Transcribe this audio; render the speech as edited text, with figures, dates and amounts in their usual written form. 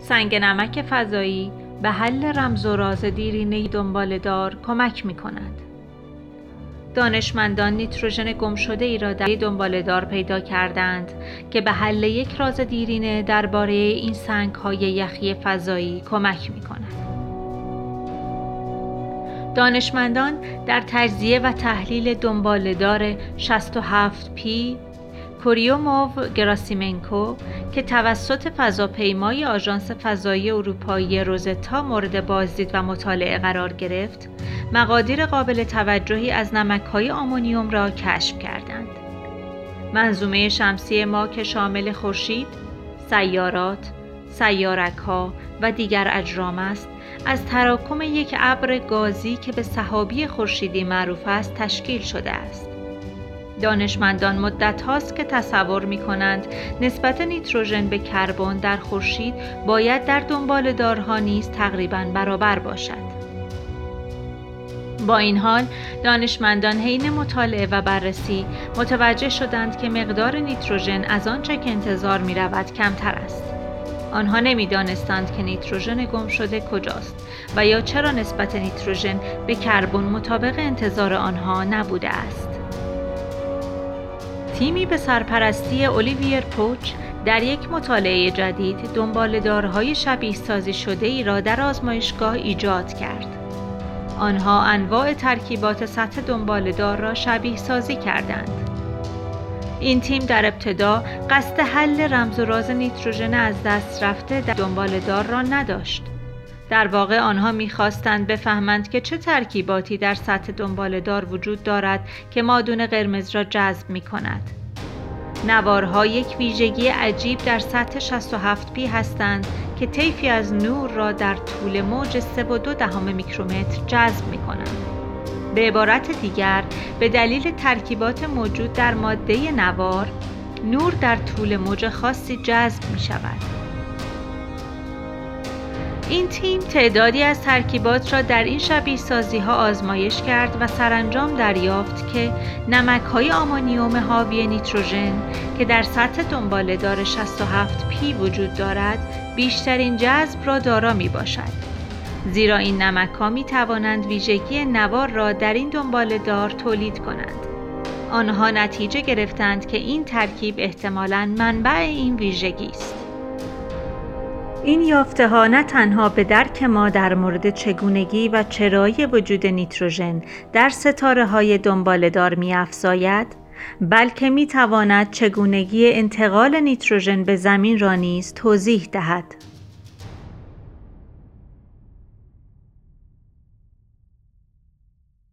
سنگ نمک فضایی به حل رمز و راز دیرینه دنباله‌دار کمک می‌کند. دانشمندان نیتروژن گم شده ای را در دنباله‌دار پیدا کردند که به حل یک راز دیرینه درباره این سنگ‌های یخی فضایی کمک می‌کند. دانشمندان در تجزیه و تحلیل دنباله‌دار 67P کوریوموف-گراسیمنکو که توسط فضاپیمای آژانس فضایی اروپایی روزتا مورد بازدید و مطالعه قرار گرفت، مقادیر قابل توجهی از نمک‌های آمونیوم را کشف کردند. منظومه شمسی ما که شامل خورشید، سیارات، سیارک‌ها و دیگر اجرام است، از تراکم یک ابر گازی که به سحابی خورشیدی معروف است تشکیل شده است. دانشمندان مدت هاست که تصور می کنند نسبت نیتروژن به کربن در خورشید باید در دنباله‌دارها نیز تقریباً برابر باشد. با این حال دانشمندان حین مطالعه و بررسی متوجه شدند که مقدار نیتروژن از آنچه که انتظار می رود کمتر است. آنها نمی دانستند که نیتروژن گم شده کجاست و یا چرا نسبت نیتروژن به کربن مطابق انتظار آنها نبوده است. تیمی به سرپرستی الیویر پوچ در یک مطالعه جدید دنباله‌دارهای شبیه سازی شده ای را در آزمایشگاه ایجاد کرد. آنها انواع ترکیبات سطح دنباله‌دار را شبیه سازی کردند. این تیم در ابتدا قصد حل رمز و راز نیتروژن از دست رفته در دنباله‌دار را نداشت. در واقع آنها می‌خواستند بفهمند که چه ترکیباتی در سطح دنباله‌دار وجود دارد که مادون قرمز را جذب می‌کند. نوارها یک ویژگی عجیب در سطح 67P هستند که طیفی از نور را در طول موج 3.2 میکرومتر جذب می‌کنند. به عبارت دیگر، به دلیل ترکیبات موجود در ماده نوار، نور در طول موج خاصی جذب می‌شود. این تیم تعدادی از ترکیبات را در این شبیه سازی ها آزمایش کرد و سرانجام دریافت که نمک‌های آمونیوم حاوی نیتروژن که در سطح دنباله‌دار 67P وجود دارد، بیشترین جذب را دارا می باشد. زیرا این نمک‌ها می توانند ویژگی نوار را در این دنباله‌دار تولید کنند. آنها نتیجه گرفتند که این ترکیب احتمالاً منبع این ویژگی است. این یافته‌ها نه تنها به درک ما در مورد چگونگی و چرایی وجود نیتروژن در ستاره‌های دنباله‌دار می‌افزاید، بلکه می‌تواند چگونگی انتقال نیتروژن به زمین را نیز توضیح دهد.